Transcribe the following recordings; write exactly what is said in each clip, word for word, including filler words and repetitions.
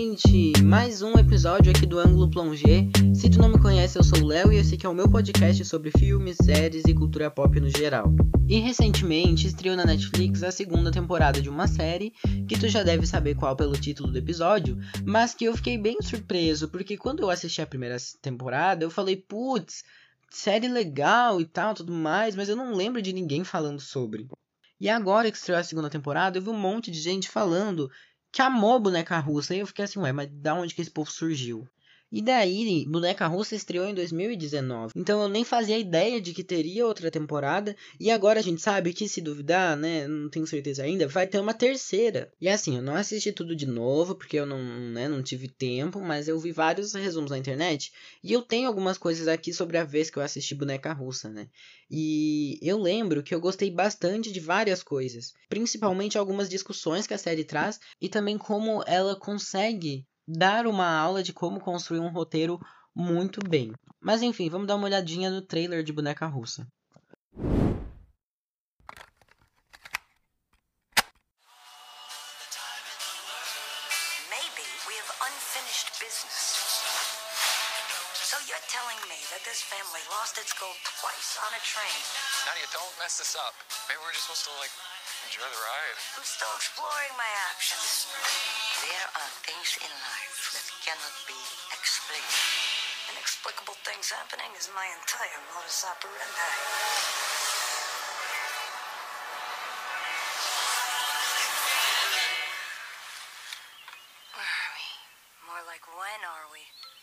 gente! Mais um episódio aqui do Ângulo Plongé. Se tu não me conhece, eu sou o Léo e esse aqui é o meu podcast sobre filmes, séries e cultura pop no geral. E recentemente estreou na Netflix a segunda temporada de uma série, que tu já deve saber qual pelo título do episódio, mas que eu fiquei bem surpreso, porque quando eu assisti a primeira temporada, eu falei, putz, série legal e tal, tudo mais, mas eu não lembro de ninguém falando sobre. E agora que estreou a segunda temporada, eu vi um monte de gente falando que amou Boneca Russa. E eu fiquei assim, ué, mas da onde que esse povo surgiu? E daí, Boneca Russa estreou em dois mil e dezenove. Então eu nem fazia ideia de que teria outra temporada. E agora a gente sabe que, se duvidar, né, não tenho certeza ainda, vai ter uma terceira. E assim, eu não assisti tudo de novo, porque eu não, né, não tive tempo, mas eu vi vários resumos na internet. E eu tenho algumas coisas aqui sobre a vez que eu assisti Boneca Russa, né? E eu lembro que eu gostei bastante de várias coisas. Principalmente algumas discussões que a série traz e também como ela consegue dar uma aula de como construir um roteiro muito bem. Mas enfim, vamos dar uma olhadinha no trailer de Boneca Russa. Maybe we have unfinished business. So you're telling me that this family lost its gold twice on a train? Nadia, don't mess this up. Maybe we're just supposed to, like, enjoy the ride. I'm still exploring my options. There are things in life that cannot be explained. Inexplicable things happening is my entire modus operandi. Where are we? More like when are we?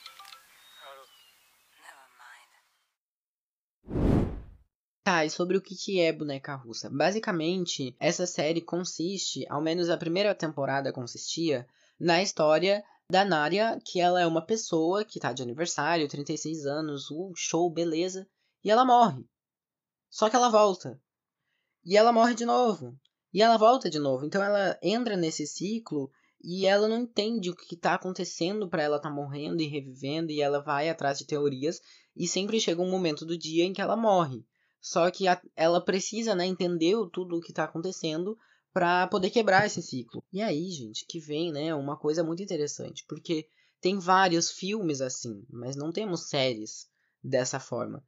Never mind. Tá, e sobre o que que é Boneca Russa? Basicamente, essa série consiste, ao menos a primeira temporada consistia, na história da Nadia, que ela é uma pessoa que tá de aniversário, trinta e seis anos, uh, show, beleza, e ela morre. Só que ela volta. E ela morre de novo. E ela volta de novo. Então ela entra nesse ciclo e ela não entende o que tá acontecendo pra ela tá morrendo e revivendo, e ela vai atrás de teorias, e sempre chega um momento do dia em que ela morre. Só que a, ela precisa, né, entender tudo o que tá acontecendo para poder quebrar esse ciclo. E aí, gente, que vem, né, uma coisa muito interessante, porque tem vários filmes assim, mas não temos séries dessa forma.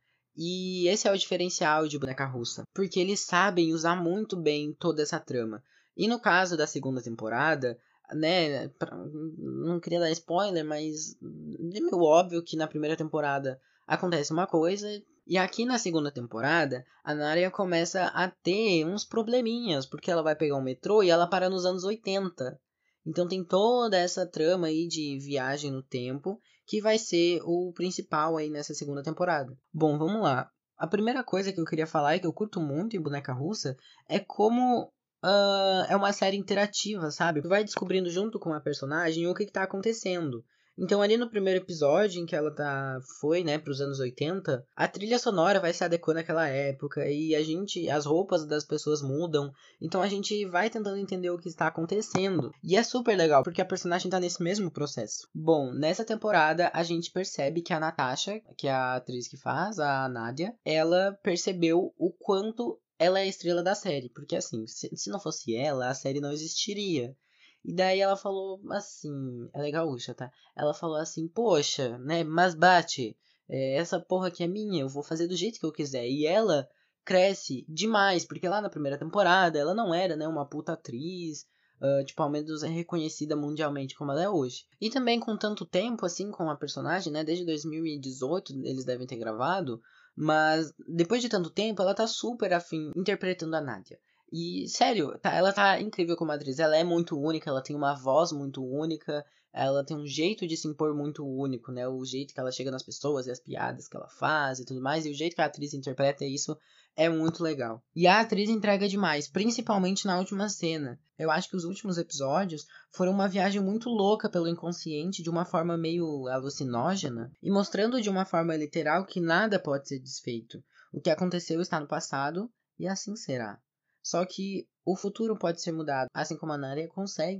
E esse é o diferencial de Boneca Russa, porque eles sabem usar muito bem toda essa trama. E no caso da segunda temporada, né, pra, não queria dar spoiler, mas é meio óbvio que na primeira temporada acontece uma coisa. E aqui na segunda temporada, a Nadia começa a ter uns probleminhas, porque ela vai pegar um metrô e ela para nos anos oitenta. Então tem toda essa trama aí de viagem no tempo, que vai ser o principal aí nessa segunda temporada. Bom, vamos lá. A primeira coisa que eu queria falar e que eu curto muito em Boneca Russa é como uh, é uma série interativa, sabe? Tu vai descobrindo junto com a personagem o que, que tá acontecendo. Então ali no primeiro episódio em que ela tá foi, né, para os anos oitenta, a trilha sonora vai se adequando àquela época e a gente, as roupas das pessoas mudam, então a gente vai tentando entender o que está acontecendo. E é super legal, porque a personagem tá nesse mesmo processo. Bom, nessa temporada a gente percebe que a Natasha, que é a atriz que faz a Nadia, ela percebeu o quanto ela é a estrela da série, porque assim, se, se não fosse ela, a série não existiria. E daí ela falou assim, ela é gaúcha, tá? Ela falou assim, poxa, né, mas bate, é, essa porra aqui é minha, eu vou fazer do jeito que eu quiser. E ela cresce demais, porque lá na primeira temporada ela não era, né, uma puta atriz, uh, tipo, ao menos reconhecida mundialmente como ela é hoje. E também com tanto tempo, assim, com a personagem, né, desde dois mil e dezoito eles devem ter gravado, mas depois de tanto tempo ela tá super afim interpretando a Nadia. E, sério, tá, ela tá incrível como atriz. Ela é muito única, ela tem uma voz muito única, ela tem um jeito de se impor muito único, né? O jeito que ela chega nas pessoas e as piadas que ela faz e tudo mais, e o jeito que a atriz interpreta isso é muito legal. E a atriz entrega demais, principalmente na última cena. Eu acho que os últimos episódios foram uma viagem muito louca pelo inconsciente, de uma forma meio alucinógena, e mostrando de uma forma literal que nada pode ser desfeito. O que aconteceu está no passado, e assim será. Só que o futuro pode ser mudado, assim como a Nadia consegue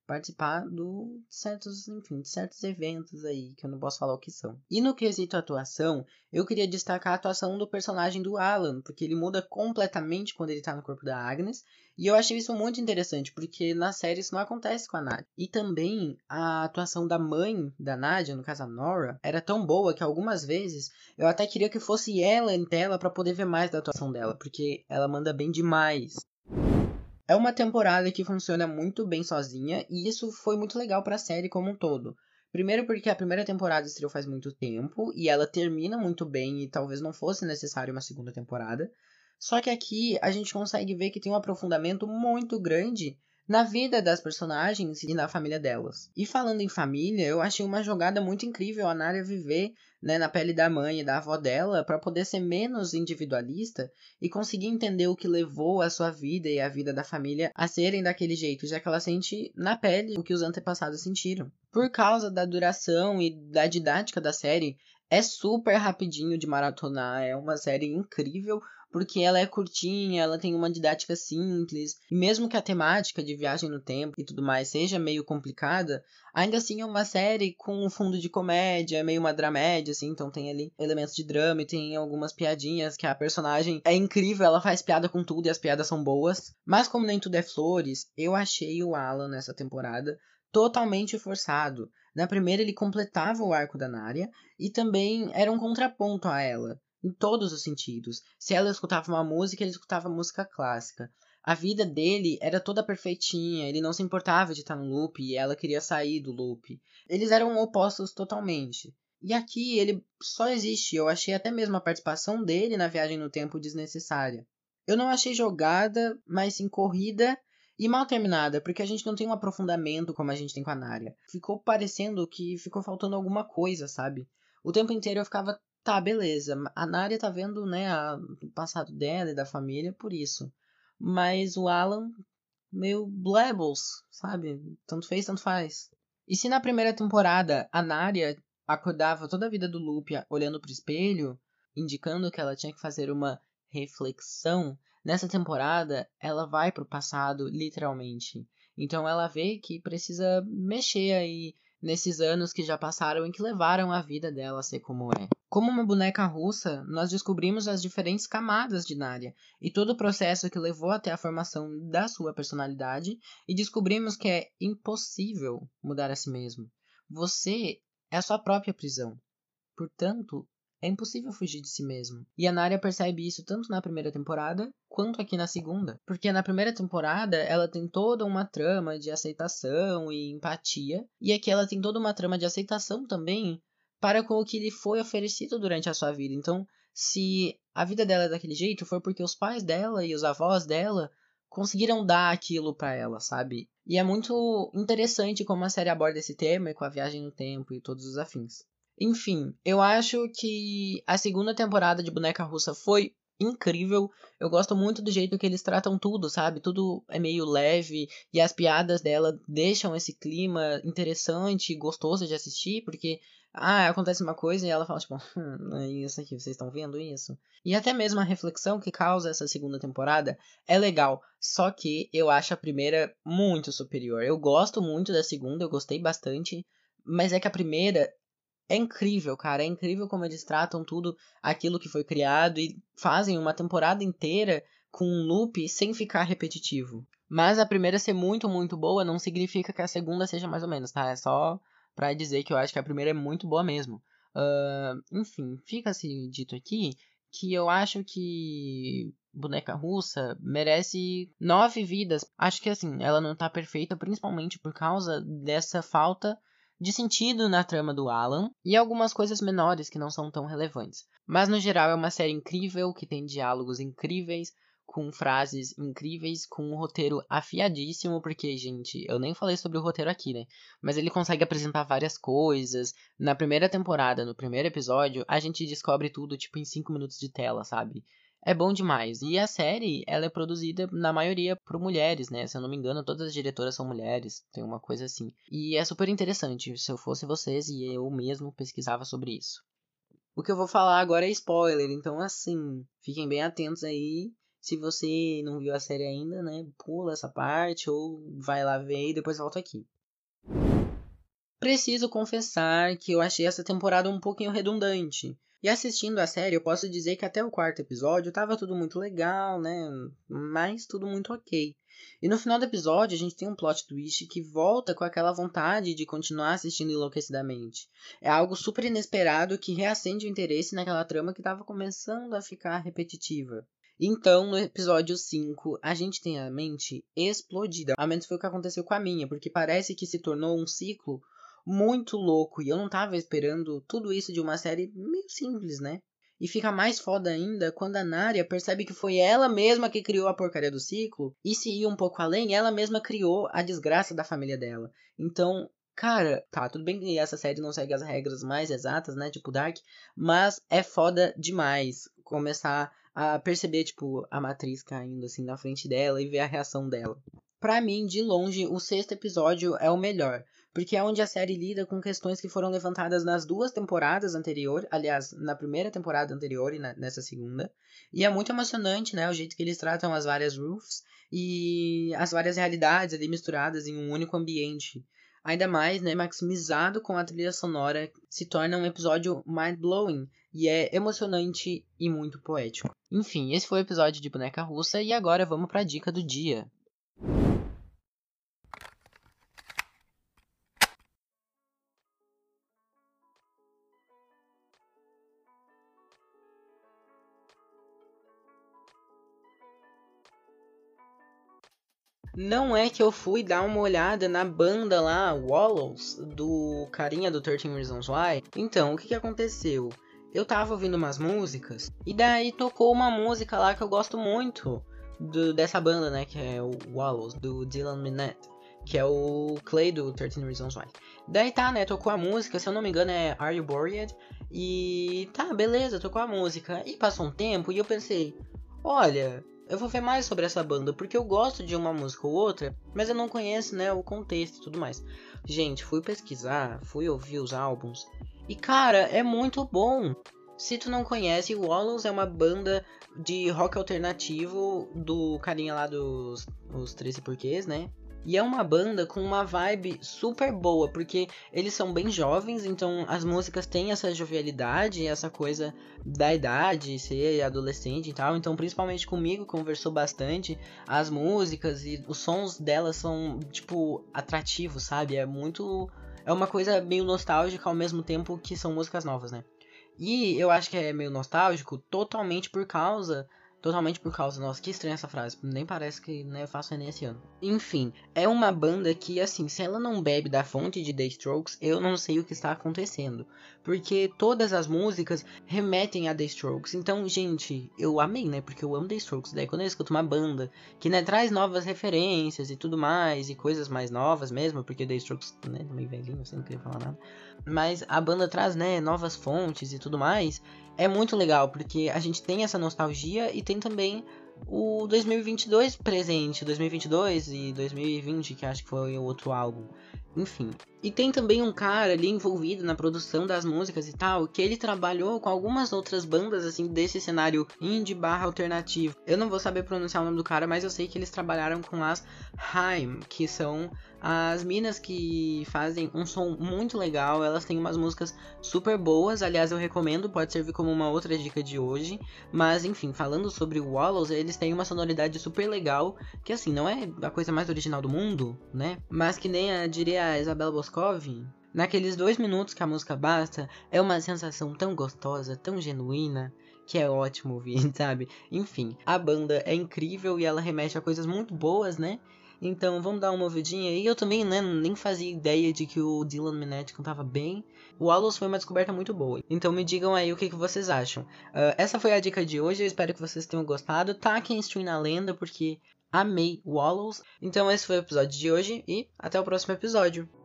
participar do certos, enfim, de certos eventos aí, que eu não posso falar o que são. E no quesito atuação, eu queria destacar a atuação do personagem do Alan, porque ele muda completamente quando ele tá no corpo da Agnes, e eu achei isso muito interessante, porque na série isso não acontece com a Nadia. E também a atuação da mãe da Nadia, no caso a Nora, era tão boa que algumas vezes eu até queria que fosse ela em tela pra poder ver mais da atuação dela, porque ela manda bem demais. É uma temporada que funciona muito bem sozinha, e isso foi muito legal pra série como um todo. Primeiro porque a primeira temporada estreou faz muito tempo, e ela termina muito bem, e talvez não fosse necessário uma segunda temporada. Só que aqui a gente consegue ver que tem um aprofundamento muito grande na vida das personagens e na família delas. E falando em família, eu achei uma jogada muito incrível a Nadia viver, né, na pele da mãe e da avó dela, para poder ser menos individualista e conseguir entender o que levou a sua vida e a vida da família a serem daquele jeito, já que ela sente na pele o que os antepassados sentiram. Por causa da duração e da didática da série, é super rapidinho de maratonar, é uma série incrível, porque ela é curtinha, ela tem uma didática simples, e mesmo que a temática de viagem no tempo e tudo mais seja meio complicada, ainda assim é uma série com um fundo de comédia, meio uma dramédia, assim, então tem ali elementos de drama e tem algumas piadinhas que a personagem é incrível, ela faz piada com tudo e as piadas são boas. Mas como nem tudo é flores, eu achei o Alan nessa temporada totalmente forçado. Na primeira ele completava o arco da Nadia e também era um contraponto a ela, em todos os sentidos. Se ela escutava uma música, ele escutava música clássica. A vida dele era toda perfeitinha, ele não se importava de estar no loop e ela queria sair do loop. Eles eram opostos totalmente. E aqui ele só existe, eu achei até mesmo a participação dele na viagem no tempo desnecessária. Eu não achei jogada, mas sim corrida e mal terminada, porque a gente não tem um aprofundamento como a gente tem com a Nadia. Ficou parecendo que ficou faltando alguma coisa, sabe? O tempo inteiro eu ficava, tá, beleza, a Nadia tá vendo, né, a, o passado dela e da família por isso. Mas o Alan, meio blebbles, sabe? Tanto fez, tanto faz. E se na primeira temporada a Nadia acordava toda a vida do Lupe olhando pro espelho, indicando que ela tinha que fazer uma reflexão, nessa temporada ela vai pro passado, literalmente. Então ela vê que precisa mexer aí nesses anos que já passaram e que levaram a vida dela a ser como é. Como uma boneca russa, nós descobrimos as diferentes camadas de Nadia e todo o processo que levou até a formação da sua personalidade, e descobrimos que é impossível mudar a si mesmo. Você é a sua própria prisão. Portanto, é impossível fugir de si mesmo. E a Nadia percebe isso tanto na primeira temporada, quanto aqui na segunda. Porque na primeira temporada, ela tem toda uma trama de aceitação e empatia. E aqui ela tem toda uma trama de aceitação também para com o que lhe foi oferecido durante a sua vida. Então, se a vida dela é daquele jeito, foi porque os pais dela e os avós dela conseguiram dar aquilo para ela, sabe? E é muito interessante como a série aborda esse tema, com a viagem no tempo e todos os afins. Enfim, eu acho que a segunda temporada de Boneca Russa foi incrível. Eu gosto muito do jeito que eles tratam tudo, sabe? Tudo é meio leve e as piadas dela deixam esse clima interessante e gostoso de assistir, porque ah, acontece uma coisa e ela fala tipo, hum, é isso aqui, vocês estão vendo isso? E até mesmo a reflexão que causa essa segunda temporada é legal, só que eu acho a primeira muito superior. Eu gosto muito da segunda, eu gostei bastante, mas é que a primeira é incrível, cara. É incrível como eles tratam tudo aquilo que foi criado e fazem uma temporada inteira com um loop sem ficar repetitivo. Mas a primeira ser muito, muito boa não significa que a segunda seja mais ou menos, tá? É só pra dizer que eu acho que a primeira é muito boa mesmo. Uh, enfim, fica-se dito aqui que eu acho que Boneca Russa merece nove vidas. Acho que assim, ela não tá perfeita principalmente por causa dessa falta de sentido na trama do Alan e algumas coisas menores que não são tão relevantes. Mas no geral é uma série incrível, que tem diálogos incríveis, com frases incríveis, com um roteiro afiadíssimo, porque, gente, eu nem falei sobre o roteiro aqui, né? Mas ele consegue apresentar várias coisas. Na primeira temporada, no primeiro episódio, a gente descobre tudo, tipo, em cinco minutos de tela, sabe? É bom demais. E a série, ela é produzida, na maioria, por mulheres, né? Se eu não me engano, todas as diretoras são mulheres. Tem uma coisa assim. E é super interessante. Se eu fosse vocês, e eu mesmo pesquisava sobre isso. O que eu vou falar agora é spoiler. Então, assim, fiquem bem atentos aí. Se você não viu a série ainda, né? Pula essa parte ou vai lá ver e depois volta aqui. Preciso confessar que eu achei essa temporada um pouquinho redundante. E assistindo a série, eu posso dizer que até o quarto episódio tava tudo muito legal, né? Mas tudo muito ok. E no final do episódio, a gente tem um plot twist que volta com aquela vontade de continuar assistindo enlouquecidamente. É algo super inesperado que reacende o interesse naquela trama que tava começando a ficar repetitiva. Então, no episódio cinco, a gente tem a mente explodida. Ao menos foi o que aconteceu com a minha, porque parece que se tornou um ciclo muito louco. E eu não tava esperando tudo isso de uma série meio simples, né? E fica mais foda ainda quando a Narya percebe que foi ela mesma que criou a porcaria do ciclo. E se ir um pouco além, ela mesma criou a desgraça da família dela. Então, cara, tá, tudo bem que essa série não segue as regras mais exatas, né? Tipo Dark. Mas é foda demais começar a perceber, tipo, a matriz caindo assim na frente dela e ver a reação dela. Pra mim, de longe, o sexto episódio é o melhor. Porque é onde a série lida com questões que foram levantadas nas duas temporadas anteriores, aliás, na primeira temporada anterior e na, nessa segunda. E é muito emocionante, né, o jeito que eles tratam as várias Ruths e as várias realidades ali misturadas em um único ambiente. Ainda mais, né, maximizado com a trilha sonora, se torna um episódio mind-blowing e é emocionante e muito poético. Enfim, esse foi o episódio de Boneca Russa e agora vamos pra dica do dia. Não é que eu fui dar uma olhada na banda lá, Wallows, do carinha do thirteen Reasons Why. Então, o que que aconteceu? Eu tava ouvindo umas músicas, e daí tocou uma música lá que eu gosto muito do, dessa banda, né, que é o Wallows, do Dylan Minnette, que é o Clay do thirteen Reasons Why. Daí tá, né, tocou a música, se eu não me engano é Are You Bored? E tá, beleza, tocou a música. E passou um tempo e eu pensei, olha, eu vou ver mais sobre essa banda, porque eu gosto de uma música ou outra, mas eu não conheço, né, o contexto e tudo mais. Gente, fui pesquisar, fui ouvir os álbuns, e cara, é muito bom. Se tu não conhece, o Wallows é uma banda de rock alternativo do carinha lá dos os treze Porquês, né? E é uma banda com uma vibe super boa, porque eles são bem jovens, então as músicas têm essa jovialidade, essa coisa da idade, ser adolescente e tal. Então, principalmente comigo, conversou bastante. As músicas e os sons delas são, tipo, atrativos, sabe? É muito... É uma coisa meio nostálgica ao mesmo tempo que são músicas novas, né? E eu acho que é meio nostálgico totalmente por causa... Totalmente por causa... Nossa, que estranha essa frase. Nem parece que, né, eu faço Enem esse ano. Enfim, é uma banda que, assim, se ela não bebe da fonte de The Strokes, eu não sei o que está acontecendo. Porque todas as músicas remetem a The Strokes. Então, gente, eu amei, né? Porque eu amo The Strokes. Daí quando eu escuto uma banda que, né, traz novas referências e tudo mais, e coisas mais novas mesmo, porque The Strokes, né, meio velhinho, assim, não queria falar nada. Mas a banda traz, né, novas fontes e tudo mais. É muito legal, porque a gente tem essa nostalgia e tem também o dois mil e vinte e dois presente, dois mil e vinte e dois e dois mil e vinte, que acho que foi o outro álbum. Enfim. E tem também um cara ali envolvido na produção das músicas e tal, que ele trabalhou com algumas outras bandas, assim, desse cenário indie barra alternativo. Eu não vou saber pronunciar o nome do cara, mas eu sei que eles trabalharam com as Haim, que são as minas que fazem um som muito legal. Elas têm umas músicas super boas, aliás eu recomendo, pode servir como uma outra dica de hoje. Mas enfim, falando sobre o Wallows, eles têm uma sonoridade super legal, que assim, não é a coisa mais original do mundo, né? Mas que nem a, diria a Isabel Boscov, naqueles dois minutos que a música basta, é uma sensação tão gostosa, tão genuína, que é ótimo ouvir, sabe? Enfim, a banda é incrível e ela remete a coisas muito boas, né? Então vamos dar uma ouvidinha aí. Eu também, né, nem fazia ideia de que o Dylan Minnette cantava bem. O Wallows foi uma descoberta muito boa. Então me digam aí o que, que vocês acham. Uh, essa foi a dica de hoje, eu espero que vocês tenham gostado. Taquem stream na lenda, porque amei Wallows. Então esse foi o episódio de hoje e até o próximo episódio.